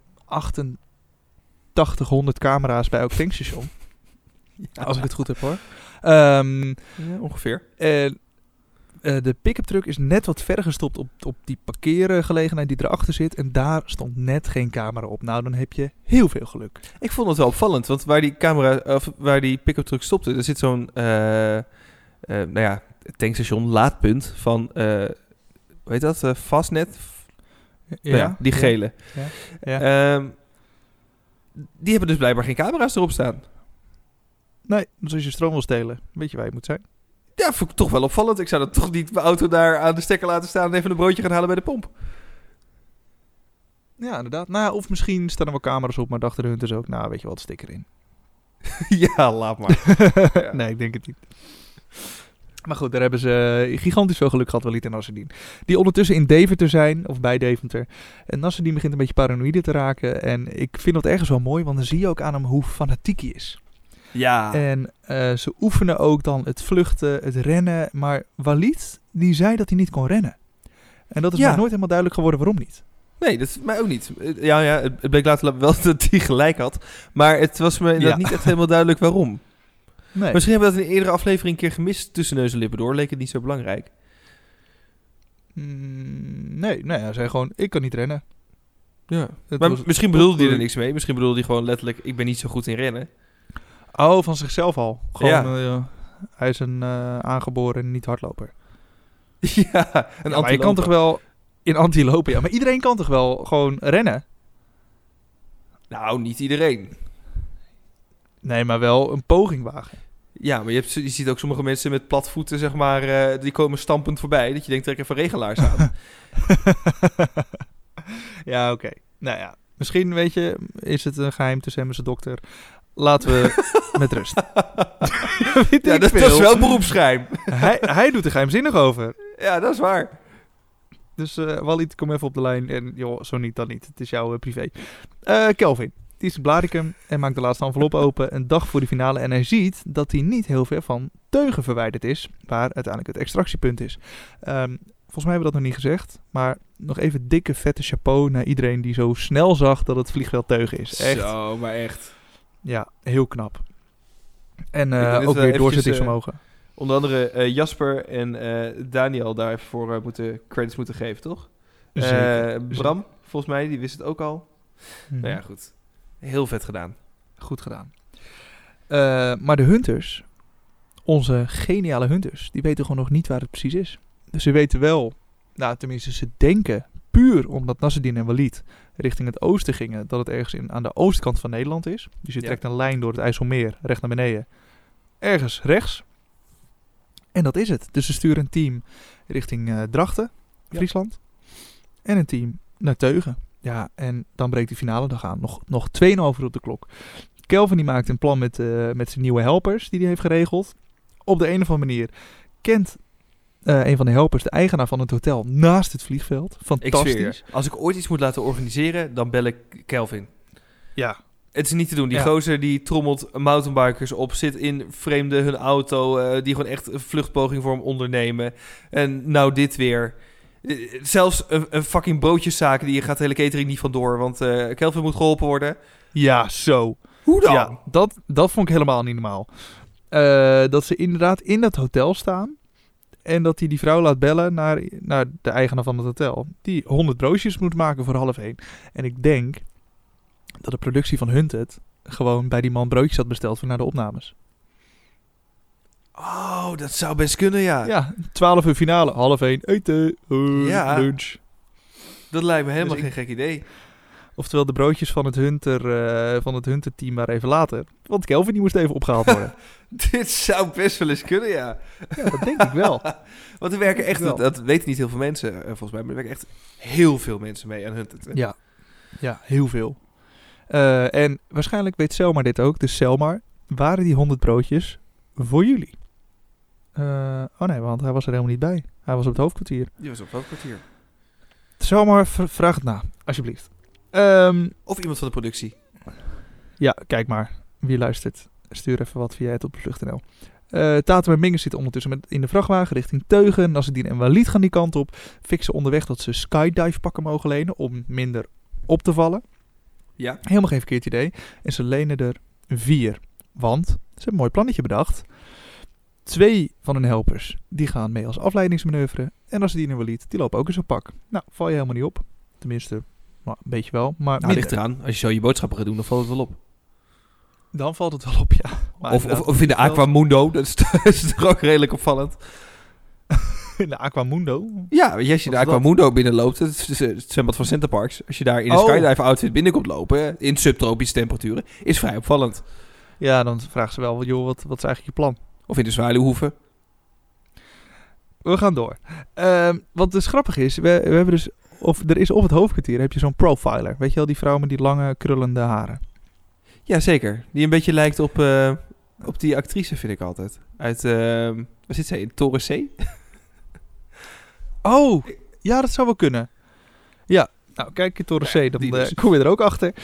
8800 camera's bij elk tankstation. Ja, als ik het goed heb, hoor. Ja, ongeveer. En de pick-up truck is net wat verder gestopt op die parkeergelegenheid die erachter zit. En daar stond net geen camera op. Nou, dan heb je heel veel geluk. Ik vond het wel opvallend, want waar die pick-up truck stopte, er zit zo'n tankstation, laadpunt van, hoe heet dat? Fastnet? Ja, die gele. Ja. Die hebben dus blijkbaar geen camera's erop staan. Nee, dus als je stroom wil stelen, weet je waar je moet zijn. Ja, vond ik toch wel opvallend. Ik zou dan toch niet mijn auto daar aan de stekker laten staan en even een broodje gaan halen bij de pomp. Ja, inderdaad. Nou, of misschien staan er wel camera's op, maar dachten de Hunters ook, nou, weet je wat, sticker in. Ja, laat maar. Ja. Nee, ik denk het niet. Maar goed, daar hebben ze gigantisch veel geluk gehad, Walid en Nasreddin. Die ondertussen in Deventer zijn, of bij Deventer. En Nasreddin begint een beetje paranoïde te raken. En ik vind dat ergens wel mooi, want dan zie je ook aan hem hoe fanatiek hij is. Ja. En ze oefenen ook dan het vluchten, het rennen. Maar Walid, die zei dat hij niet kon rennen. En dat is mij nooit helemaal duidelijk geworden waarom niet. Nee, dat is mij ook niet. Ja, het bleek later wel dat hij gelijk had. Maar het was me inderdaad niet echt helemaal duidelijk waarom. Nee. Misschien hebben we dat in een eerdere aflevering een keer gemist tussen neus en lippen door. Leek het niet zo belangrijk. Nee, hij zei gewoon, ik kan niet rennen. Ja. Maar misschien bedoelde hij er niks mee. Misschien bedoelde hij gewoon letterlijk, ik ben niet zo goed in rennen. Oh, van zichzelf al. Gewoon, hij is een aangeboren niet-hardloper. Ja, maar je kan toch wel in antilopen, maar iedereen kan toch wel gewoon rennen? Nou, niet iedereen. Nee, maar wel een poging wagen. Ja, maar je ziet ook sommige mensen met platvoeten, zeg maar, die komen stampend voorbij. Dat je denkt, trek even regelaars aan. Ja, oké. Nou ja, misschien, weet je, is het een geheim tussen hem en zijn dokter. Laten we met rust. Ja, dat is wel beroepsgeheim. Hij doet er geheimzinnig over. Ja, dat is waar. Dus Walid, kom even op de lijn. En joh, zo niet, dan niet. Het is jouw privé. Kelvin, die is in Blaricum en maakt de laatste envelop open een dag voor de finale. En hij ziet dat hij niet heel ver van Teugen verwijderd is, waar uiteindelijk het extractiepunt is. Volgens mij hebben we dat nog niet gezegd, maar nog even dikke vette chapeau naar iedereen die zo snel zag dat het vliegveld Teugen is. Echt. Zo, maar echt. Ja, heel knap. En ook weer doorzettingsvermogen. Onder andere Jasper en Daniel daar even voor credits moeten geven, toch? Bram, volgens mij, die wist het ook al. Nou ja, goed. Heel vet gedaan. Goed gedaan. Maar de hunters, onze geniale hunters, die weten gewoon nog niet waar het precies is. Dus ze weten wel, nou tenminste ze denken, puur omdat Nasreddin en Walid richting het oosten gingen, dat het ergens aan de oostkant van Nederland is. Dus je trekt een lijn door het IJsselmeer, recht naar beneden. Ergens rechts. En dat is het. Dus ze sturen een team richting Drachten, Friesland. En een team naar Teugen. Ja, en dan breekt die finale dag aan. Nog 2,5 uur op de klok. Kelvin die maakt een plan met zijn nieuwe helpers die hij heeft geregeld. Op de een of andere manier kent een van de helpers de eigenaar van het hotel naast het vliegveld. Fantastisch. Ik zweer, als ik ooit iets moet laten organiseren, dan bel ik Kelvin. Ja. Het is niet te doen. Die gozer die trommelt mountainbikers op, zit in vreemde hun auto, die gewoon echt een vluchtpoging voor hem ondernemen. En nou dit weer. Zelfs een fucking broodjeszaak, die gaat de hele catering niet vandoor, want Kelvin moet geholpen worden. Ja, zo. Hoe dan? Ja, dat vond ik helemaal niet normaal. Dat ze inderdaad in dat hotel staan en dat hij die vrouw laat bellen naar de eigenaar van het hotel. Die 100 broodjes moet maken voor 12:30. En ik denk dat de productie van Hunted gewoon bij die man broodjes had besteld voor naar de opnames. Oh, dat zou best kunnen, ja. Ja, 12 uur finale, 12:30, eten, lunch. Dat lijkt me helemaal geen gek idee. Oftewel de broodjes van het Hunter-team maar even later. Want Kelvin die moest even opgehaald worden. Dit zou best wel eens kunnen, ja. Ja, dat denk ik wel. Want er werken echt, dat weten niet heel veel mensen volgens mij, maar er werken echt heel veel mensen mee aan Hunted. Ja, heel veel. En waarschijnlijk weet Selmar dit ook. Dus Selmar, waren die 100 broodjes voor jullie? Oh nee, want hij was er helemaal niet bij. Hij was op het hoofdkwartier. Die was op het hoofdkwartier. Selmar, vraag het na, alsjeblieft. Of iemand van de productie. Ja, kijk maar. Wie luistert? Stuur even wat via het op vlucht.nl. Tatum en Mingus zitten ondertussen in de vrachtwagen richting Teugen. Nasreddin en Walid gaan die kant op. Fixen onderweg dat ze skydive pakken mogen lenen om minder op te vallen. Ja. Helemaal geen verkeerd idee. En ze lenen er 4. Want ze hebben een mooi plannetje bedacht. 2 van hun helpers die gaan mee als afleidingsmanoeuvre. En Nasreddin en Walid die lopen ook in zo'n pak. Nou, val je helemaal niet op. Tenminste, een beetje wel. Maar nou, ligt eraan. Als je zo je boodschappen gaat doen, dan valt het wel op. Dan valt het wel op, ja. Maar of in de Aquamundo. Dat is toch ook redelijk opvallend. In de Aquamundo? Ja, weet je, als je de Aquamundo binnenloopt, het is het zwembad van Center Parks. Als je daar in een skydive outfit binnenkomt lopen, in subtropische temperaturen, is vrij opvallend. Ja, dan vragen ze wel, joh, wat is eigenlijk je plan? Of in de Zwaluwhoeven. We gaan door. Wat dus grappig is, we hebben dus, er is op het hoofdkwartier, heb je zo'n profiler. Weet je wel, die vrouw met die lange krullende haren. Ja, zeker. Die een beetje lijkt op Op die actrice vind ik altijd. Uit, waar zit zij? In Toren C? Oh, ja, dat zou wel kunnen. Ja, nou kijk in Toren C, dan die dus. kom je er ook achter.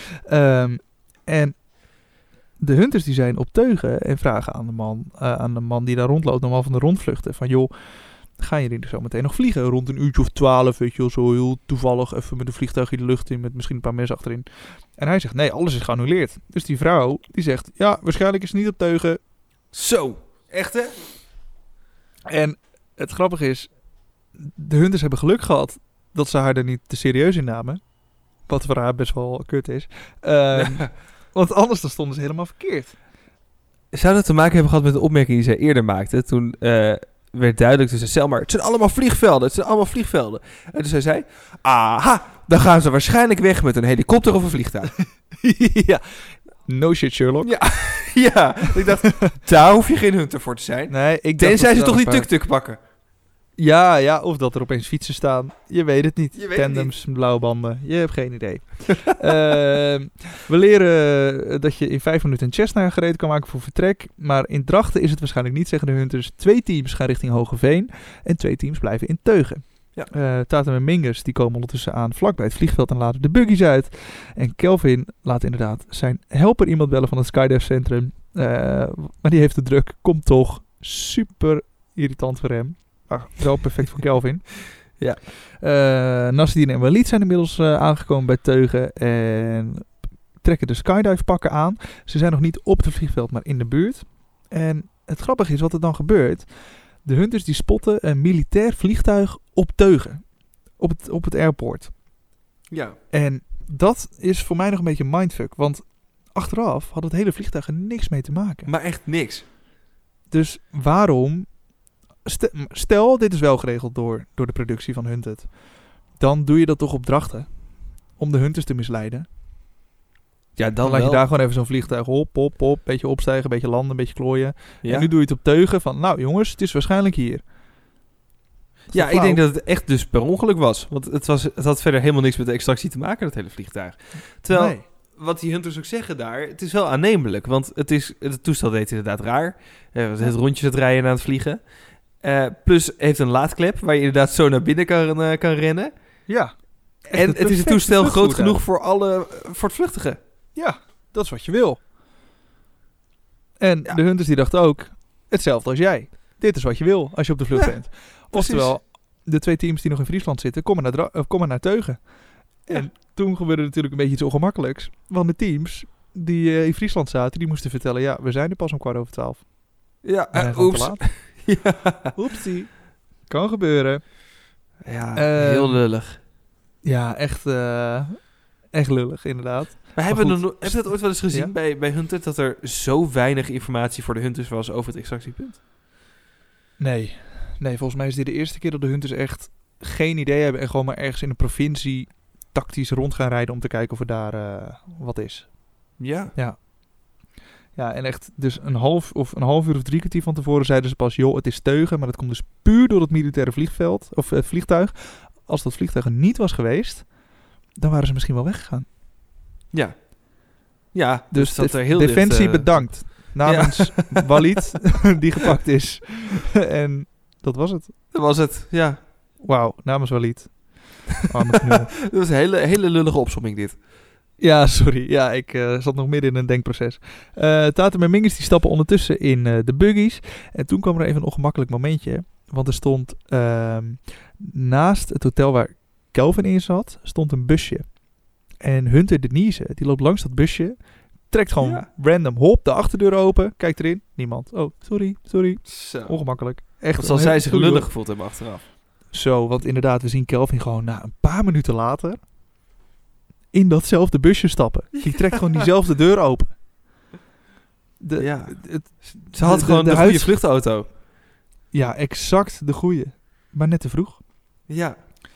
En de hunters die zijn op teugen en vragen aan de man die daar rondloopt, normaal van de rondvluchten, van joh, gaan jullie er zo meteen nog vliegen? Rond een uurtje of 12, weet je wel, zo heel toevallig even met een vliegtuig in de lucht in, met misschien een paar mensen achterin. En hij zegt, nee, alles is geannuleerd. Dus die vrouw, die zegt, ja, waarschijnlijk is het niet op teugen. Zo, echt hè? En het grappige is, de hunters hebben geluk gehad dat ze haar er niet te serieus in namen. Wat voor haar best wel kut is. Want anders dan stonden ze helemaal verkeerd. Zou dat te maken hebben gehad met de opmerking die zij eerder maakte? Toen werd duidelijk tussen Selma, het zijn allemaal vliegvelden. En toen zei zij, aha, dan gaan ze waarschijnlijk weg met een helikopter of een vliegtuig. Ja, no shit Sherlock. Ja, ik dacht, daar hoef je geen hunter voor te zijn. Nee, ik Tenzij ze toch die tuk-tuk pakken. Ja, of dat er opeens fietsen staan. Je weet het niet. Je weet Tandems, blauwe banden. Je hebt geen idee. We leren dat je in 5 minuten een Cessna gereed kan maken voor vertrek. Maar in Drachten is het waarschijnlijk niet, zeggen de hunters. 2 teams gaan richting Hogeveen. En 2 teams blijven in Teugen. Ja. Tatum en Mingus die komen ondertussen aan vlakbij het vliegveld en laten de buggies uit. En Kelvin laat inderdaad zijn helper iemand bellen van het Skydive Centrum. Maar die heeft de druk. Komt toch. Super irritant voor hem. Maar wel perfect voor Kelvin. Ja. Nasreddin en Walid zijn inmiddels aangekomen bij Teugen en trekken de skydive pakken aan. Ze zijn nog niet op het vliegveld, maar in de buurt. En het grappige is wat er dan gebeurt. De hunters die spotten een militair vliegtuig op Teugen. Op het airport. Ja. En dat is voor mij nog een beetje een mindfuck. Want achteraf had het hele vliegtuig er niks mee te maken. Maar echt niks. Dus waarom... Stel, dit is wel geregeld door de productie van Hunted. Dan doe je dat toch op Drachten. Om de hunters te misleiden. Ja, Dan laat je daar gewoon even zo'n vliegtuig op. Beetje opstijgen, beetje landen, beetje klooien. Ja. En nu doe je het op Teugen van... Nou jongens, het is waarschijnlijk hier. Ja, ik denk dat het echt dus per ongeluk was. Want het had verder helemaal niks met de extractie te maken, dat hele vliegtuig. Terwijl, wat die hunters ook zeggen daar, het is wel aannemelijk. Want het toestel deed inderdaad raar. Het rondjes het rijden en aan het vliegen. Plus heeft een laadklep waar je inderdaad zo naar binnen kan rennen. Ja. En het is een toestel groot genoeg voor het vluchtigen. Ja, dat is wat je wil. En de hunters die dachten ook, hetzelfde als jij. Dit is wat je wil als je op de vlucht bent. Oftewel, de 2 teams die nog in Friesland zitten, komen naar Teugen. Ja. En toen gebeurde natuurlijk een beetje iets ongemakkelijks. Want de teams die in Friesland zaten, die moesten vertellen, ja, we zijn er pas om 12:15. Ja, oeps. Ja. Oepsie. Kan gebeuren. Ja, heel lullig. Ja, echt lullig, inderdaad. Maar heb je dat ooit wel eens gezien bij Hunted, dat er zo weinig informatie voor de hunters was over het extractiepunt? Nee, volgens mij is dit de eerste keer dat de hunters echt geen idee hebben en gewoon maar ergens in een provincie tactisch rond gaan rijden om te kijken of er daar wat is. Ja. Ja, en echt dus een half uur of 3 kwartier van tevoren zeiden ze pas, joh, het is Teugen, maar dat komt dus puur door het militaire vliegveld, of vliegtuig. Als dat vliegtuig er niet was geweest, dan waren ze misschien wel weggegaan. Ja. Ja, dus dat er heel Defensie bedankt namens Walid, die gepakt is. En dat was het. Dat was het, ja. Wauw, namens Walid. Dat was een hele lullige opsomming dit. Ja, sorry. Ja, ik zat nog midden in een denkproces. Tatum en Mingus die stappen ondertussen in de buggies. En toen kwam er even een ongemakkelijk momentje. Want er stond naast het hotel waar Kelvin in zat, stond een busje. En Hunter Denise, die loopt langs dat busje, trekt gewoon random hop de achterdeur open, kijkt erin, niemand. Oh, sorry. Zo. Ongemakkelijk. Echt. Wat zal zij zich lullig gevoeld hebben achteraf? Zo, want inderdaad, we zien Kelvin gewoon een paar minuten later in datzelfde busje stappen. Die trekt gewoon diezelfde deur open. Ze had gewoon de goede vluchtauto. Ja, exact de goede. Maar net te vroeg. Ja.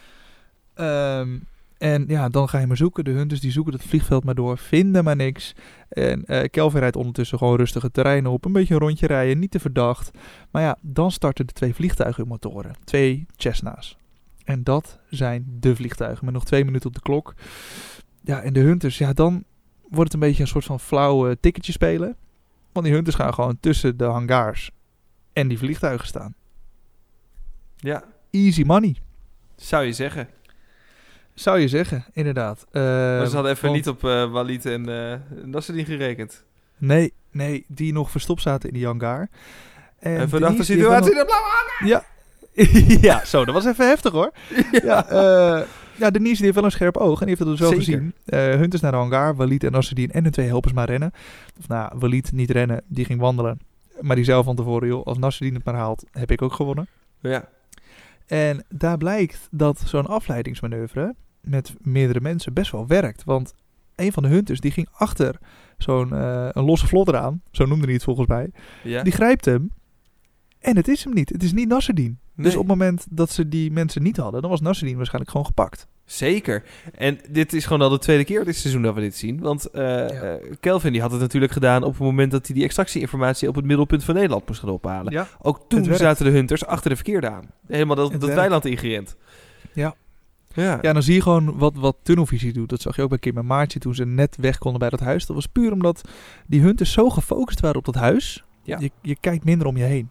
En ja, dan ga je maar zoeken. De hunters die zoeken het vliegveld maar door. Vinden maar niks. En Kelvin rijdt ondertussen gewoon rustig het terrein op. Een beetje een rondje rijden. Niet te verdacht. Maar ja, dan starten de 2 vliegtuigenmotoren. 2 Cessna's. En dat zijn de vliegtuigen. Met nog 2 minuten op de klok. Ja, en de hunters. Ja, dan wordt het een beetje een soort van flauw ticketje spelen. Want die hunters gaan gewoon tussen de hangars en die vliegtuigen staan. Ja, Easy money. zou je zeggen. Zou je zeggen, inderdaad. Maar ze hadden even want- niet op Walid en Nasreddin gerekend. Nee, die nog verstopt zaten in die hangar. En En vanaf de Denise, die heeft situatie wel in de blauwe nog- Ja. Ja, zo, dat was even heftig hoor. Ja, Denise die heeft wel een scherp oog en die heeft het dus wel Zeker. gezien. Hunters naar de hangar, Walid en Nasreddin en hun 2 helpers maar rennen. Of nou, Walid niet rennen, die ging wandelen. Maar die zelf van tevoren, joh, als Nasreddin het maar haalt, heb ik ook gewonnen. Ja. En daar blijkt dat zo'n afleidingsmanoeuvre met meerdere mensen best wel werkt. Want een van de hunters die ging achter zo'n een losse vlodder aan, zo noemde hij het volgens mij. Ja. Die grijpt hem en het is hem niet. Het is niet Nasreddin. Nee. Dus op het moment dat ze die mensen niet hadden, dan was Nasreddin waarschijnlijk gewoon gepakt. Zeker. En dit is gewoon al de tweede keer dit seizoen dat we dit zien. Want Kelvin die had het natuurlijk gedaan op het moment dat hij die extractieinformatie op het middelpunt van Nederland moest gaan ophalen. Ja. Ook toen Het werkt. zaten de hunters achter de verkeerde aan. Helemaal dat werkt. weiland ingerend. Ja. Ja. Ja, dan zie je gewoon wat tunnelvisie doet. Dat zag je ook bij Kim en Maartje toen ze net weg konden bij dat huis. Dat was puur omdat die hunters zo gefocust waren op dat huis. Ja. Je kijkt minder om je heen.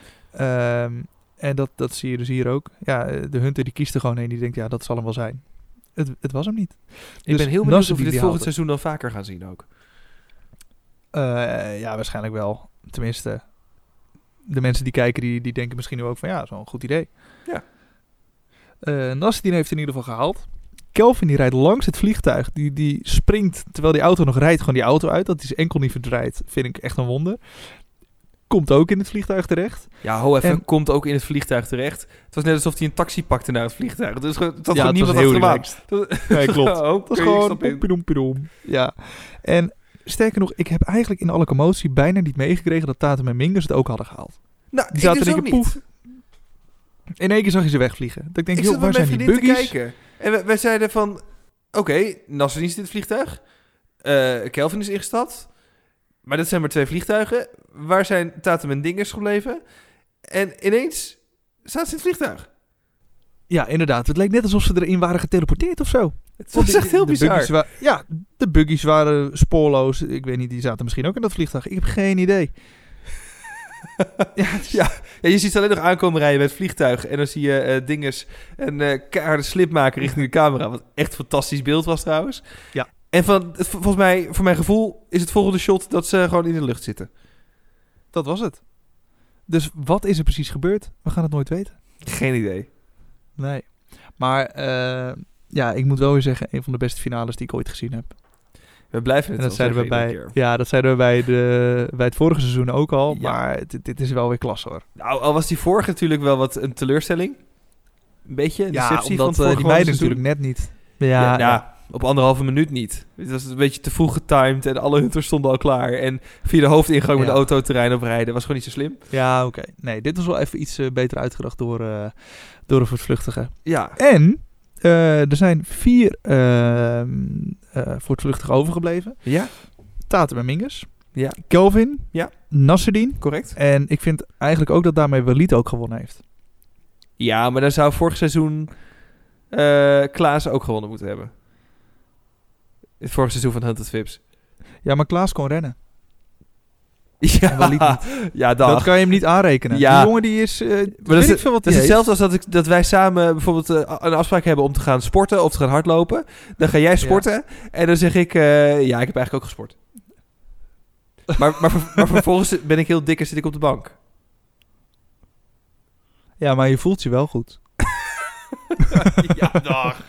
En dat zie je dus hier ook. Ja, de hunter die kiest er gewoon heen. Die denkt, ja, dat zal hem wel zijn. Het was hem niet. Ik Dus ben heel benieuwd of Nasreddin we dit die volgend haalde. seizoen dan vaker gaan zien ook. Ja, waarschijnlijk wel. Tenminste, de mensen die kijken, die denken misschien nu ook van, ja, dat is wel een goed idee. Ja. Nasreddin heeft in ieder geval gehaald. Kelvin die rijdt langs het vliegtuig. Die springt, terwijl die auto nog rijdt, gewoon die auto uit. Dat hij zijn enkel niet verdraait, vind ik echt een wonder. Komt ook in het vliegtuig terecht. Ja, ho even, En- komt ook in het vliegtuig terecht. Het was net alsof hij een taxi pakte naar het vliegtuig. Dus het had Ja, gewoon het niemand was heel achter hem aan. relaxed. Nee, klopt. Oh, Het was oké, ik gewoon snap in. pompidom. Ja. En sterker nog, ik heb eigenlijk in alle commotie bijna niet meegekregen dat Tatum en Mingus het ook hadden gehaald. Nou, Die zaten dus in ook één keer niet. In één keer zag je ze wegvliegen. Dat ik denk, Ik joh, zat waar met mijn zijn die vriendin te buggies? kijken. En wij zeiden van... Oké, Nasreddin zit in het vliegtuig. Kelvin is ingestapt. Maar dat zijn maar 2 vliegtuigen. Waar zijn Tatum en Dinges gebleven? En ineens staat ze in het vliegtuig. Ja, inderdaad. Het leek net alsof ze erin waren geteleporteerd of zo. Het was echt heel bizar. Buggies de buggies waren spoorloos. Ik weet niet, die zaten misschien ook in dat vliegtuig. Ik heb geen idee. Ja, je ziet ze alleen nog aankomen rijden met het vliegtuig. En dan zie je Dinges een keiharde slip maken richting de camera. Wat echt een fantastisch beeld was trouwens. Ja. En volgens mij, voor mijn gevoel, is het volgende shot dat ze gewoon in de lucht zitten. Dat was het. Dus wat is er precies gebeurd? We gaan het nooit weten. Geen idee. Nee. Maar ja, ik moet wel weer zeggen, een van de beste finales die ik ooit gezien heb. We blijven het En dat wel zeiden we zeggen bij, iedere keer. ja, dat zeiden we bij het vorige seizoen ook al. Ja. Maar dit is wel weer klasse hoor. Nou, al was die vorige natuurlijk wel wat een teleurstelling. Een beetje een deceptie omdat van het vorige die meiden seizoen. natuurlijk net niet. Ja, op 1,5 minuut niet. Het was een beetje te vroeg getimed en alle hunters stonden al klaar. En via de hoofdingang met de auto het terrein oprijden was gewoon niet zo slim. Ja, oké. Nee, dit was wel even iets beter uitgedacht door de voortvluchtigen. Ja, En er zijn 4 voortvluchtigen overgebleven. ja, Tatum en Mingus. Ja. Kelvin. Ja. Nasreddin. correct. En ik vind eigenlijk ook dat daarmee Walid ook gewonnen heeft. Ja, maar dan zou vorig seizoen Klaas ook gewonnen moeten hebben. Het vorige seizoen van Hunted Vips. Ja, maar Klaas kon rennen. Ja, Walid niet. ja, Dat kan je hem niet aanrekenen. Ja. Die jongen die is... dat weet is ik veel wat Dat die is heeft. hetzelfde als dat wij samen bijvoorbeeld een afspraak hebben om te gaan sporten of te gaan hardlopen. Dan ga jij sporten en dan zeg ik, ja, ik heb eigenlijk ook gesport. Maar vervolgens ben ik heel dik en zit ik op de bank. Ja, maar je voelt je wel goed. Ja, dag.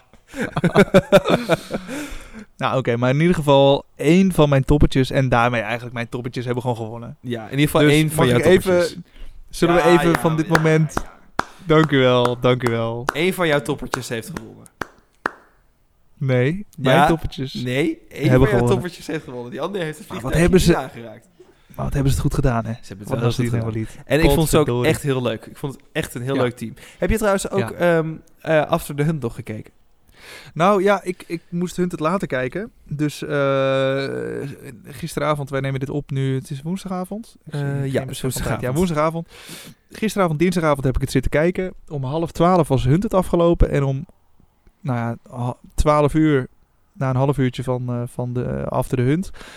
Nou, oké. Maar in ieder geval 1 van mijn toppertjes. En daarmee eigenlijk mijn toppertjes hebben gewoon gewonnen. Ja, in ieder geval Dus 1 van mag jouw ik even... toppertjes. Zullen we even van dit moment... Dank u wel, dank u wel. 1 van jouw toppertjes heeft gewonnen. Nee, mijn Ja, toppertjes. Nee, 1 van Hebben jouw gewonnen. toppertjes heeft gewonnen. Die andere heeft het Maar vliegtuig wat hebben niet aangeraakt. Maar wat hebben ze het goed gedaan, hè? Ze hebben het Van wel Nasreddin goed en gedaan. Walid. En ik vond het ook Potverdorie. echt heel leuk. Ik vond het echt een heel Ja. leuk team. Heb je trouwens ook After the Hunt nog gekeken? Nou ja, ik moest hun het later kijken. Dus gisteravond, wij nemen dit op nu, het is woensdagavond? Ik zie Ja, geen het is besef van woensdagavond. tijd. Ja, woensdagavond. Gisteravond, dinsdagavond heb ik het zitten kijken. Om 11:30 was hun het afgelopen. En om 12 uur, na een half uurtje van de After the Hunt,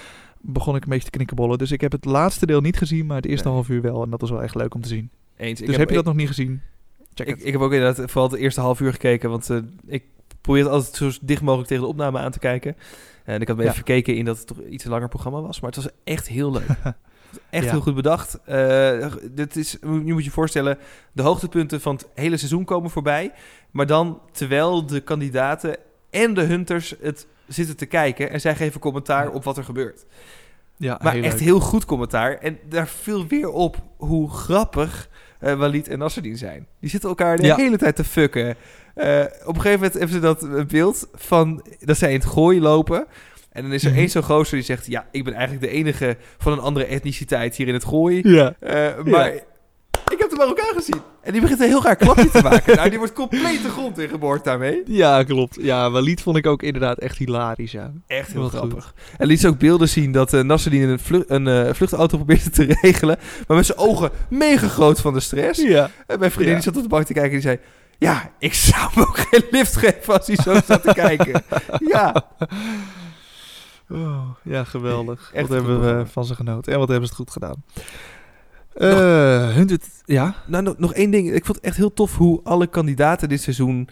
begon ik een beetje te knikkenbollen. Dus ik heb het laatste deel niet gezien, maar het eerste half uur wel. En dat was wel echt leuk om te zien. Eens. Dus heb je dat nog niet gezien? Check het. Ik heb ook inderdaad vooral het eerste half uur gekeken, want ik probeer het altijd zo dicht mogelijk tegen de opname aan te kijken. En ik had me even verkeken in dat het toch iets een langer programma was, maar het was echt heel leuk. Echt heel goed bedacht. Je moet je voorstellen, de hoogtepunten van het hele seizoen komen voorbij, maar dan terwijl de kandidaten en de hunters het zitten te kijken en zij geven commentaar op wat er gebeurt. Ja, maar heel echt leuk. heel goed commentaar. En daar viel weer op hoe grappig Walid en Nasreddin zijn. Die zitten elkaar de hele tijd te fucken. Op een gegeven moment hebben ze dat beeld van dat zij in het gooi lopen. En dan is er één zo'n gozer die zegt, ja, ik ben eigenlijk de enige van een andere etniciteit hier in het gooi. Ja. Maar ik heb de Marokkaan gezien. En die begint een heel raar klapje te maken. Nou, die wordt compleet de grond ingeboord daarmee. Ja, klopt. Ja, Walid vond ik ook inderdaad echt hilarisch. Ja. Echt heel Wat grappig. goed. En liet ze ook beelden zien dat Nasreddin een vluchtauto probeerde te regelen. Maar met zijn ogen mega groot van de stress. Ja. En mijn vriendin die zat op de bank te kijken en die zei... Ja, ik zou hem ook geen lift geven als hij zo zat te kijken. Ja. Oh, ja, geweldig. Echt Wat goed hebben we programma. van ze genoten. En wat hebben ze het goed gedaan. Ja? Nou, nog één ding. Ik vond het echt heel tof hoe alle kandidaten dit seizoen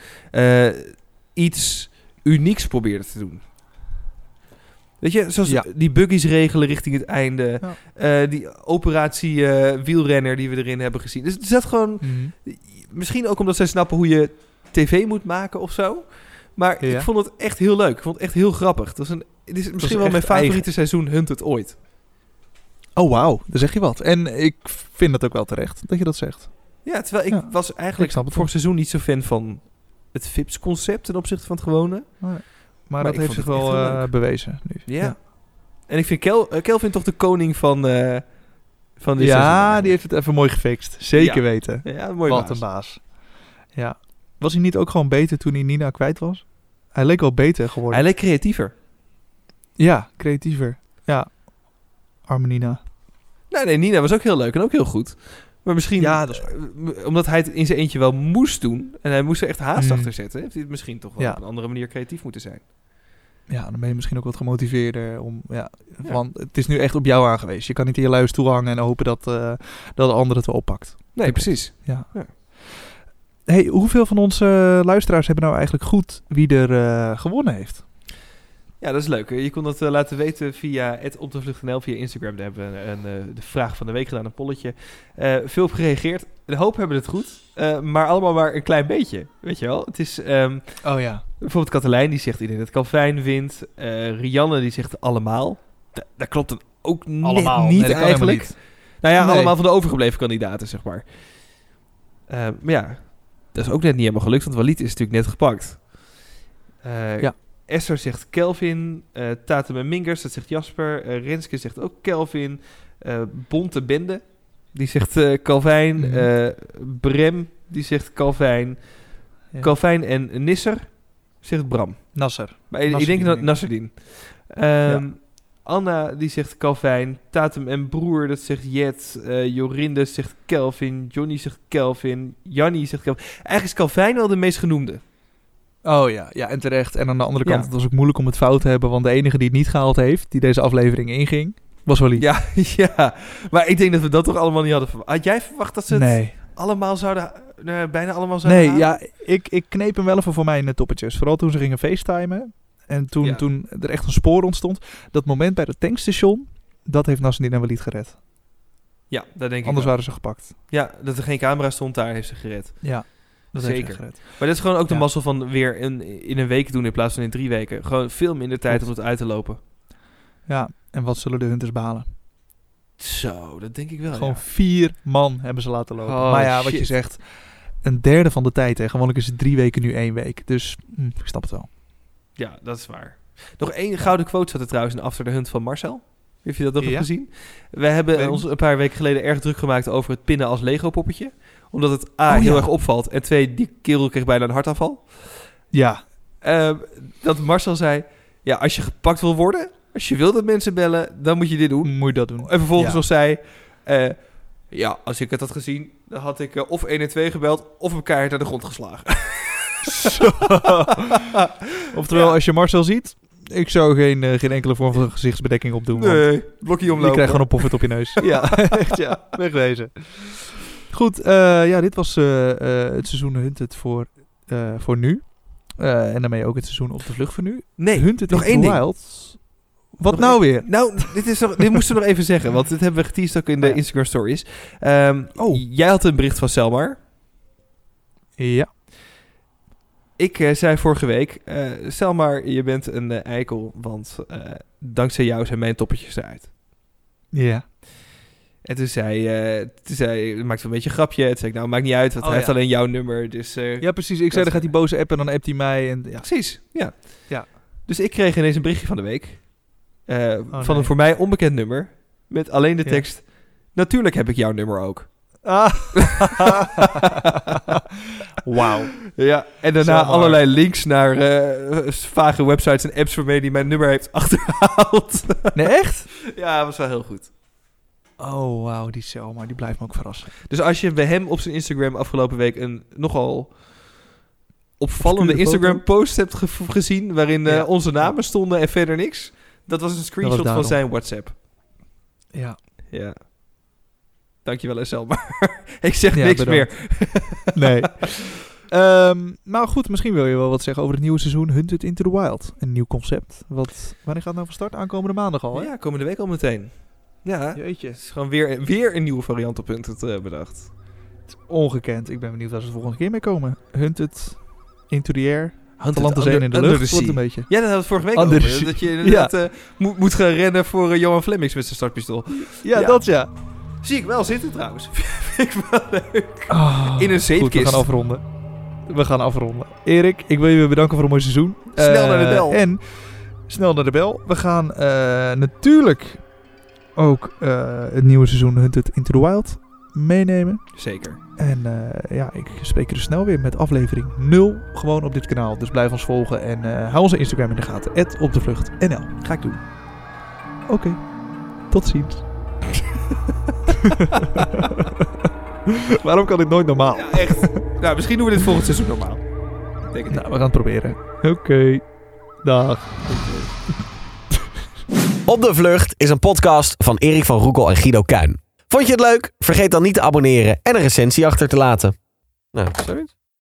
iets unieks probeerden te doen. Weet je, zoals die buggies regelen richting het einde. Ja. Die operatie wielrenner die we erin hebben gezien. Dus er zat gewoon... Misschien ook omdat zij snappen hoe je tv moet maken of zo. Maar ik vond het echt heel leuk. Ik vond het echt heel grappig. Het is misschien wel mijn favoriete seizoen Hunted ooit. Oh, wauw. Daar zeg je wat. En ik vind het ook wel terecht dat je dat zegt. Ja, terwijl ik was eigenlijk vorig seizoen niet zo fan van het Vips-concept ten opzichte van het gewone. Maar dat heeft zich wel bewezen nu. Ja. En ik vind Kelvin toch de koning van dit seizoen. Ja, die heeft het even mooi gefixt. Zeker weten. Ja, mooi wat een baas. Ja. Was hij niet ook gewoon beter toen hij Nina kwijt was? Hij leek wel beter geworden. Hij leek creatiever. Ja, creatiever. Ja. Arme Nina. Nee, Nina was ook heel leuk en ook heel goed. Maar misschien, dat is omdat hij het in zijn eentje wel moest doen... en hij moest er echt haast achter zetten... heeft hij het misschien toch wel op een andere manier creatief moeten zijn. Ja, dan ben je misschien ook wat gemotiveerder om... Want het is nu echt op jou aangewezen. Je kan niet in je luiers toe hangen en hopen dat de ander het wel oppakt. Nee, precies. Ja. Hey, hoeveel van onze luisteraars hebben nou eigenlijk goed wie er gewonnen heeft? Ja, dat is leuk. Je kon dat laten weten via @opdevlucht.nl, via Instagram. Daar hebben we de vraag van de week gedaan, een polletje. Veel op gereageerd. De hoop hebben het goed, maar allemaal maar een klein beetje. Weet je wel? Het is bijvoorbeeld Katelijn, die zegt iedereen dat Calvin wint. Rianne, die zegt allemaal. Dat klopt dan ook allemaal niet eigenlijk. Niet. Nou ja, allemaal van de overgebleven kandidaten, zeg maar. Maar ja, dat is ook net niet helemaal gelukt, want Walid is natuurlijk net gepakt. Esther zegt Kelvin, Tatum en Mingers, dat zegt Jasper. Renske zegt ook Kelvin. Bonte Bende, die zegt Calvin. Brem, die zegt Calvin. Ja. Calvin en Nisser, zegt Bram. Nasser. Maar ik denk Nasreddin. Anna, die zegt Calvin. Tatum en Broer, dat zegt Jet. Jorinde zegt Kelvin. Johnny zegt Kelvin. Jannie zegt Kelvin. Eigenlijk is Calvin wel de meest genoemde. Oh ja, en terecht. En aan de andere kant, het was ook moeilijk om het fout te hebben, want de enige die het niet gehaald heeft, die deze aflevering inging, was Walid. Ja. Maar ik denk dat we dat toch allemaal niet hadden verwacht. Had jij verwacht dat ze het allemaal zouden, bijna allemaal zouden halen? Ja, ik kneep hem wel even voor mij in de toppetjes. Vooral toen ze gingen facetimen. En toen er echt een spoor ontstond. Dat moment bij het tankstation, dat heeft Nasreddin en Walid gered. Ja, dat denk ik. Anders waren ze gepakt. Ja, dat er geen camera stond, daar heeft ze gered. Ja. Dat zeker. Maar dat is gewoon ook de mazzel van weer in een week doen in plaats van in 3 weken. Gewoon veel minder tijd om het uit te lopen. Ja, en wat zullen de hunters behalen? Zo, dat denk ik wel. Gewoon 4 man hebben ze laten lopen. Maar ja, wat je zegt, een derde van de tijd. Hè. Gewoonlijk is het 3 weken, nu 1 week. Dus ik snap het wel. Ja, dat is waar. Nog 1 gouden quote zat er trouwens in After the Hunt van Marcel. Heb je dat nog gezien? We hebben ons een paar weken geleden erg druk gemaakt over het pinnen als Lego-poppetje. Omdat het heel erg opvalt. En 2, die kerel kreeg bijna een hartaanval. Ja. Dat Marcel zei, ja, als je gepakt wil worden, als je wil dat mensen bellen, dan moet je dit doen. Moet je dat doen. En vervolgens nog zei, als ik het had gezien, dan had ik of 112 gebeld of hem keihard naar de grond geslagen. Oftewel, als je Marcel ziet, Ik zou geen enkele vorm van gezichtsbedekking opdoen. want Nee, blokje je omlopen. krijgt gewoon een poffert op je neus. Ja, echt ja. Wegwezen. Goed, dit was het seizoen Hunted voor nu. En daarmee ook het seizoen Op de Vlucht voor nu. Nee, Hunted nog Into één the ding. Wild. Wat Nog nou weer? Nou, dit moesten we nog even zeggen, want dit hebben we geteased ook in de Oh ja. Instagram stories. Jij had een bericht van Selmar. Ja. Ik zei vorige week, Selmar, je bent een eikel, want dankzij jou zijn mijn toppetjes eruit. Ja. En toen zei maakte wel een beetje een grapje. Toen zei ik, nou, maakt niet uit, want hij heeft alleen jouw nummer. Dus, Ja, precies. Ik zei, dan gaat hij boze appen en dan appt hij mij. En, ja. Precies, ja. Ja. Dus ik kreeg ineens een berichtje van de week. Van nee. een voor mij onbekend nummer. Met alleen de Ja. tekst, natuurlijk heb ik jouw nummer ook. Ah. Wauw. Ja, en daarna Selmar. allerlei links naar vage websites en apps waarmee hij mijn nummer heeft achterhaald. Nee, echt? Ja, dat was wel heel goed. Oh, wauw. Die Selmar, die blijft me ook verrassen. Dus als je bij hem op zijn Instagram afgelopen week een nogal opvallende Obscure Instagram-post hebt gezien, waarin Ja. onze namen stonden en verder niks, dat was een screenshot van daarom. zijn WhatsApp. Ja. Ja. Dankjewel, Selmar. Ik zeg Ja, niks bedankt. meer. Nee. Maar goed, misschien wil je wel wat zeggen over het nieuwe seizoen Hunted Into the Wild. Een nieuw concept. Wanneer gaat het nou van start? Aankomende maandag al, hè? Ja, komende week al meteen. Ja, Jeetje. het is gewoon weer een nieuwe variant op Hunted bedacht. Ongekend. Ik ben benieuwd waar ze de volgende keer mee komen. Hunted Into the Air. Hunted Land te zijn in de under lucht. the Wordt sea. een beetje. Ja, dat hadden we het vorige week Under the over. sea. Dat je inderdaad moet gaan rennen voor Johan Flemmings met zijn startpistool. Ja, Ja. dat ja. Zie ik wel zitten trouwens. Vind ik wel leuk. Oh, In een goed, we zeepkist. gaan afronden. Erik, ik wil je weer bedanken voor een mooi seizoen. Snel naar de bel. En snel naar de bel. We gaan natuurlijk ook het nieuwe seizoen Hunted Into the Wild meenemen. Zeker. En ik spreek je dus snel weer met aflevering 0 gewoon op dit kanaal. Dus blijf ons volgen en hou onze Instagram in de gaten. @opdevluchtnl. Ga ik doen. Oké. Tot ziens. Waarom kan dit nooit normaal? Ja, echt. Nou, misschien doen we dit volgend seizoen normaal. Denk het Nou, we gaan het proberen. Oké. Dag. Op de Vlucht is een podcast van Erik van Roekel en Guido Kuin. Vond je het leuk? Vergeet dan niet te abonneren en een recensie achter te laten. Nou, niet.